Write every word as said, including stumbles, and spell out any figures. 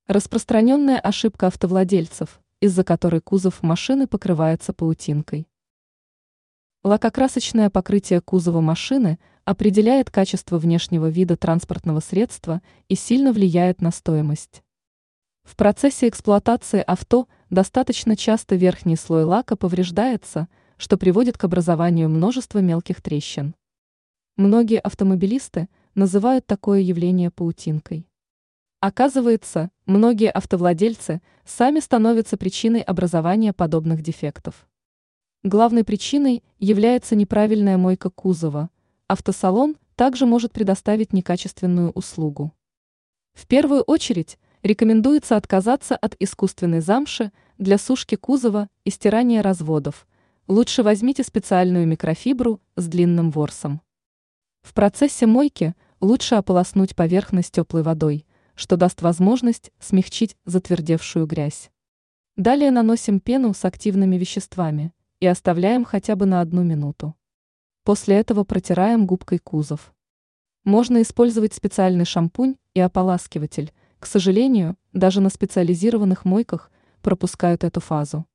Распространенная ошибка автовладельцев, из-за которой кузов машины покрывается паутинкой. Лакокрасочное покрытие кузова машины определяет качество внешнего вида транспортного средства и сильно влияет на стоимость. В процессе эксплуатации авто достаточно часто верхний слой лака повреждается, что приводит к образованию множества мелких трещин. Многие автомобилисты называют такое явление паутинкой. Оказывается, многие автовладельцы сами становятся причиной образования подобных дефектов. Главной причиной является неправильная мойка кузова. Автосалон также может предоставить некачественную услугу. В первую очередь рекомендуется отказаться от искусственной замши для сушки кузова и стирания разводов. Лучше возьмите специальную микрофибру с длинным ворсом. В процессе мойки лучше ополоснуть поверхность теплой водой, что даст возможность смягчить затвердевшую грязь. Далее наносим пену с активными веществами и оставляем хотя бы на одну минуту. После этого протираем губкой кузов. Можно использовать специальный шампунь и ополаскиватель. К сожалению, даже на специализированных мойках пропускают эту фазу.